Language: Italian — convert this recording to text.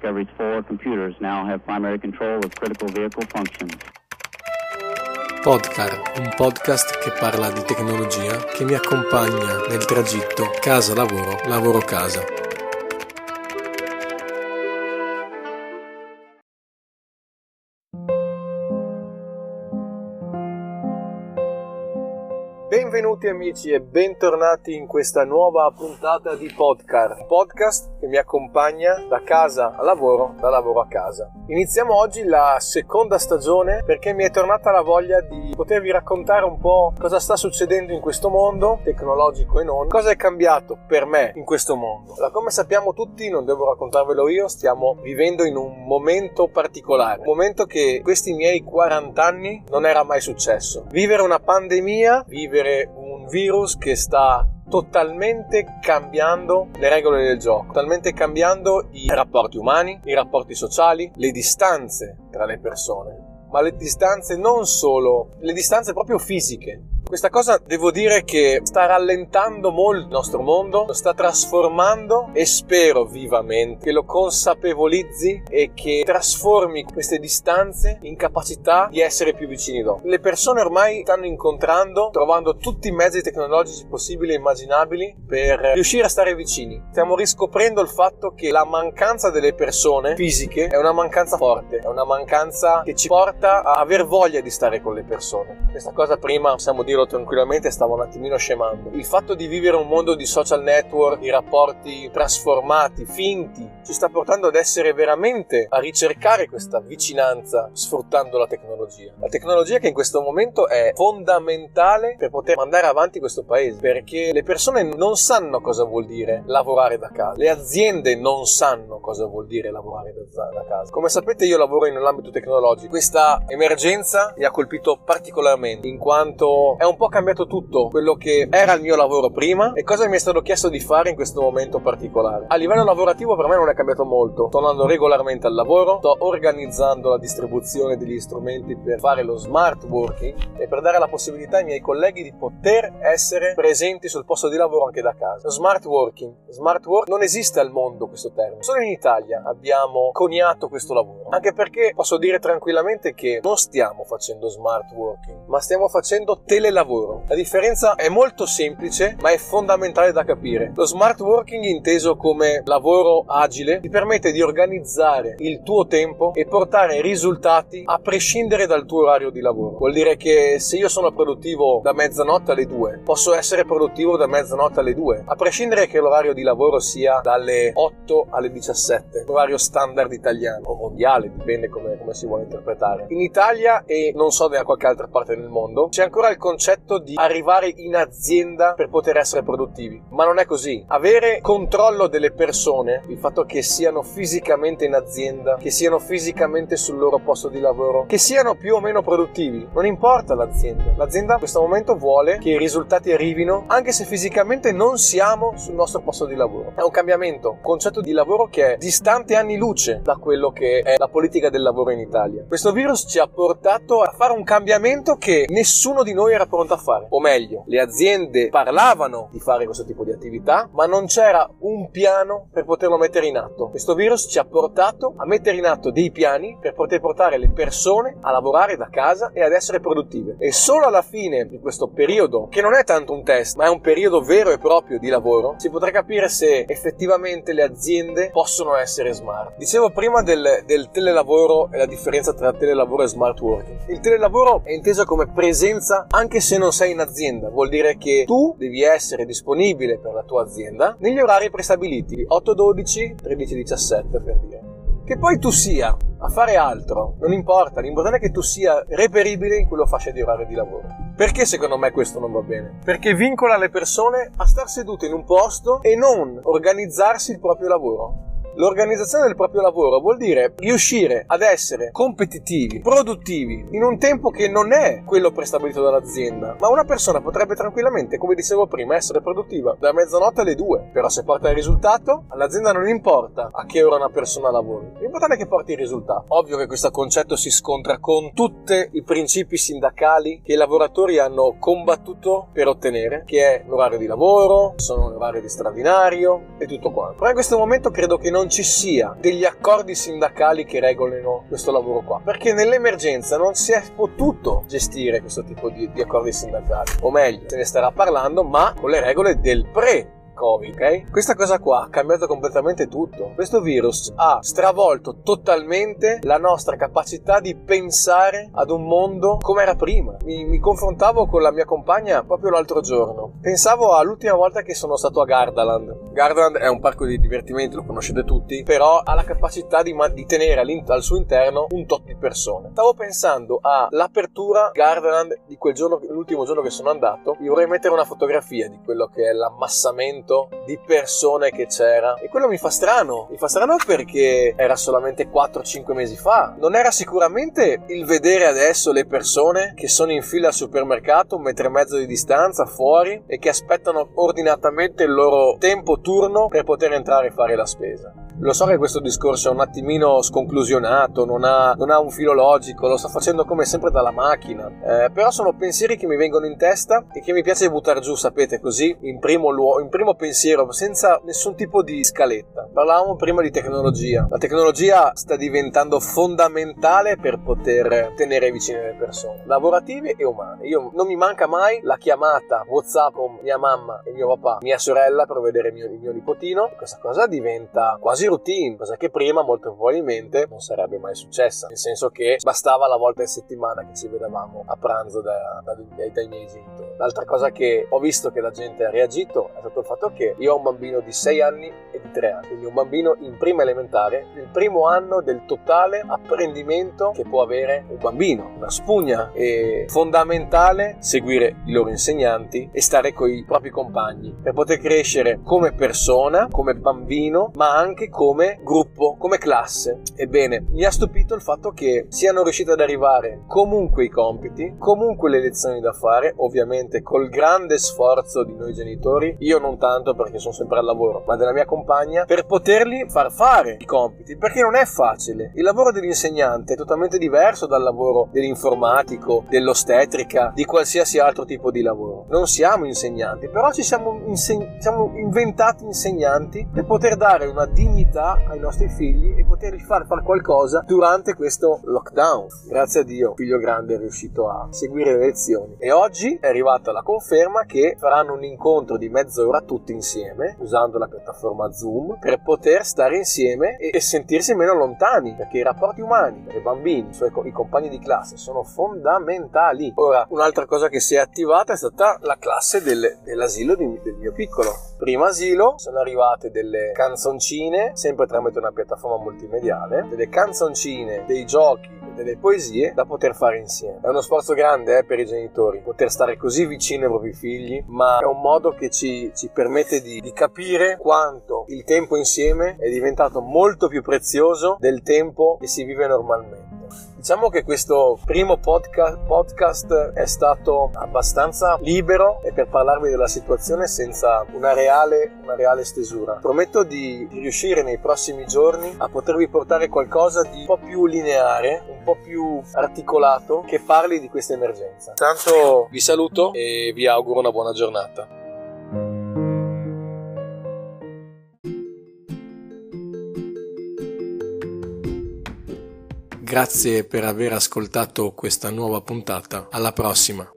Discovery's 4 computers now have primary control of critical vehicle functions. Podcar, un podcast che parla di tecnologia che mi accompagna nel tragitto casa-lavoro, lavoro-casa. Benvenuti amici e bentornati in questa nuova puntata di Podcar, un podcast che mi accompagna da casa a lavoro, da lavoro a casa. Iniziamo oggi la seconda stagione perché mi è tornata la voglia di potervi raccontare un po' cosa sta succedendo in questo mondo, tecnologico e non, cosa è cambiato per me in questo mondo. Allora, come sappiamo tutti, non devo raccontarvelo io, stiamo vivendo in un momento particolare, un momento che questi miei 40 anni non era mai successo. Vivere una pandemia, vivere un virus che sta totalmente cambiando le regole del gioco, totalmente cambiando i rapporti umani, i rapporti sociali, le distanze tra le persone, ma le distanze non solo, le distanze proprio fisiche. Questa cosa devo dire che sta rallentando molto il nostro mondo, lo sta trasformando e spero vivamente che lo consapevolizzi e che trasformi queste distanze in capacità di essere più vicini dopo. Le persone ormai stanno incontrando, trovando tutti i mezzi tecnologici possibili e immaginabili per riuscire a stare vicini. Stiamo riscoprendo il fatto che la mancanza delle persone fisiche è una mancanza forte, è una mancanza che ci porta a aver voglia di stare con le persone. Questa cosa prima possiamo dirlo tranquillamente, stavo un attimino scemando. Il fatto di vivere un mondo di social network, di rapporti trasformati, finti, ci sta portando ad essere veramente a ricercare questa vicinanza sfruttando la tecnologia. La tecnologia che in questo momento è fondamentale per poter mandare avanti questo paese, perché le persone non sanno cosa vuol dire lavorare da casa. Le aziende non sanno cosa vuol dire lavorare da casa. Come sapete io lavoro nell'ambito tecnologico. Questa emergenza mi ha colpito particolarmente in quanto è un po' cambiato tutto quello che era il mio lavoro prima e cosa mi è stato chiesto di fare in questo momento particolare. A livello lavorativo per me non è cambiato molto, sto andando regolarmente al lavoro, sto organizzando la distribuzione degli strumenti per fare lo smart working e per dare la possibilità ai miei colleghi di poter essere presenti sul posto di lavoro anche da casa. Lo smart working non esiste al mondo questo termine, solo in Italia abbiamo coniato questo lavoro, anche perché posso dire tranquillamente che non stiamo facendo smart working ma stiamo facendo telelavoro. La differenza è molto semplice ma è fondamentale da capire. Lo smart working, inteso come lavoro agile, ti permette di organizzare il tuo tempo e portare risultati a prescindere dal tuo orario di lavoro. Vuol dire che se io sono produttivo da mezzanotte alle 2, posso essere produttivo da mezzanotte alle 2, a prescindere che l'orario di lavoro sia dalle 8 alle 17, l'orario standard italiano o mondiale, dipende come si vuole interpretare. In Italia e non so da qualche altra parte del mondo c'è ancora il concetto di arrivare in azienda per poter essere produttivi, ma non è così. Avere controllo delle persone, il fatto che siano fisicamente in azienda, che siano fisicamente sul loro posto di lavoro, che siano più o meno produttivi, non importa l'azienda in questo momento vuole che i risultati arrivino anche se fisicamente non siamo sul nostro posto di lavoro. È un cambiamento, un concetto di lavoro che è distante anni luce da quello che è la politica del lavoro in Italia. Questo virus ci ha portato a fare un cambiamento che nessuno di noi era pronto a fare, o meglio, le aziende parlavano di fare questo tipo di attività ma non c'era un piano per poterlo mettere in atto. Questo virus ci ha portato a mettere in atto dei piani per poter portare le persone a lavorare da casa e ad essere produttive, e solo alla fine di questo periodo, che non è tanto un test ma è un periodo vero e proprio di lavoro, si potrà capire se effettivamente le aziende possono essere smart. Dicevo prima del telelavoro e la differenza tra telelavoro e smart working. Il telelavoro è inteso come presenza anche se non sei in azienda, vuol dire che tu devi essere disponibile per la tua azienda negli orari prestabiliti, 8-12, 13-17 per dire. Che poi tu sia a fare altro, non importa, l'importante è che tu sia reperibile in quella fascia di orario di lavoro. Perché secondo me questo non va bene? Perché vincola le persone a star sedute in un posto e non organizzarsi il proprio lavoro. L'organizzazione del proprio lavoro vuol dire riuscire ad essere competitivi, produttivi, in un tempo che non è quello prestabilito dall'azienda, ma una persona potrebbe tranquillamente, come dicevo prima, essere produttiva da mezzanotte alle 2, però se porta il risultato, all'azienda non importa a che ora una persona lavori, l'importante è che porti il risultato. Ovvio che questo concetto si scontra con tutti i principi sindacali che i lavoratori hanno combattuto per ottenere, che è l'orario di lavoro, sono l'orario di straordinario e tutto quanto. Però in questo momento credo che non non ci sia degli accordi sindacali che regolino questo lavoro qua, perché nell'emergenza non si è potuto gestire questo tipo di accordi sindacali, o meglio, se ne starà parlando, ma con le regole del Covid, ok? Questa cosa qua ha cambiato completamente tutto. Questo virus ha stravolto totalmente la nostra capacità di pensare ad un mondo come era prima. Mi confrontavo con la mia compagna proprio l'altro giorno. Pensavo all'ultima volta che sono stato a Gardaland. Gardaland è un parco di divertimento, lo conoscete tutti, però ha la capacità di tenere al suo interno un tot di persone. Stavo pensando all'apertura Gardaland di quel giorno, l'ultimo giorno che sono andato. Vi vorrei mettere una fotografia di quello che è l'ammassamento di persone che c'era, e quello mi fa strano perché era solamente 4-5 mesi fa. Non era sicuramente il vedere adesso le persone che sono in fila al supermercato, 1,5 metri di distanza fuori, e che aspettano ordinatamente il loro tempo turno per poter entrare e fare la spesa. Lo so che questo discorso è un attimino sconclusionato, non ha un filo logico, lo sto facendo come sempre dalla macchina, però sono pensieri che mi vengono in testa e che mi piace buttare giù, sapete, così in primo pensiero, senza nessun tipo di scaletta. Parlavamo prima di tecnologia. La tecnologia sta diventando fondamentale per poter tenere vicine le persone, lavorative e umane. Io non mi manca mai la chiamata WhatsApp con mia mamma e mio papà, mia sorella, per vedere il mio nipotino. Questa cosa diventa quasi routine, cosa che prima molto probabilmente non sarebbe mai successa, nel senso che bastava la volta in settimana che ci vedevamo a pranzo dai miei genitori. L'altra cosa che ho visto che la gente ha reagito è stato il fatto che io ho un bambino di 6 anni e di 3 anni, quindi un bambino in prima elementare, il primo anno del totale apprendimento che può avere un bambino, una spugna. È fondamentale seguire i loro insegnanti e stare con i propri compagni per poter crescere come persona, come bambino, ma anche come gruppo, come classe. Ebbene, mi ha stupito il fatto che siano riusciti ad arrivare comunque i compiti, comunque le lezioni da fare, ovviamente col grande sforzo di noi genitori, io non tanto perché sono sempre al lavoro, ma della mia compagna, per poterli far fare i compiti, perché non è facile. Il lavoro dell'insegnante è totalmente diverso dal lavoro dell'informatico, dell'ostetrica, di qualsiasi altro tipo di lavoro. Non siamo insegnanti, però ci siamo inventati insegnanti per poter dare una dignità ai nostri figli e poterli far qualcosa durante questo lockdown. Grazie a Dio, figlio grande è riuscito a seguire le lezioni, e oggi è arrivata la conferma che faranno un incontro di mezz'ora tutti insieme usando la piattaforma Zoom per poter stare insieme e sentirsi meno lontani, perché i rapporti umani per i bambini, i compagni di classe, sono fondamentali. Ora, un'altra cosa che si è attivata è stata la classe dell'asilo del mio piccolo. Primo asilo, sono arrivate delle canzoncine, sempre tramite una piattaforma multimediale, delle canzoncine, dei giochi e delle poesie da poter fare insieme. È uno sforzo grande per i genitori poter stare così vicini ai propri figli, ma è un modo che ci permette di capire quanto il tempo insieme è diventato molto più prezioso del tempo che si vive normalmente. Diciamo che questo primo podcast è stato abbastanza libero e per parlarvi della situazione senza una reale stesura. Prometto di riuscire nei prossimi giorni a potervi portare qualcosa di un po' più lineare, un po' più articolato, che parli di questa emergenza. Tanto vi saluto e vi auguro una buona giornata. Grazie per aver ascoltato questa nuova puntata. Alla prossima!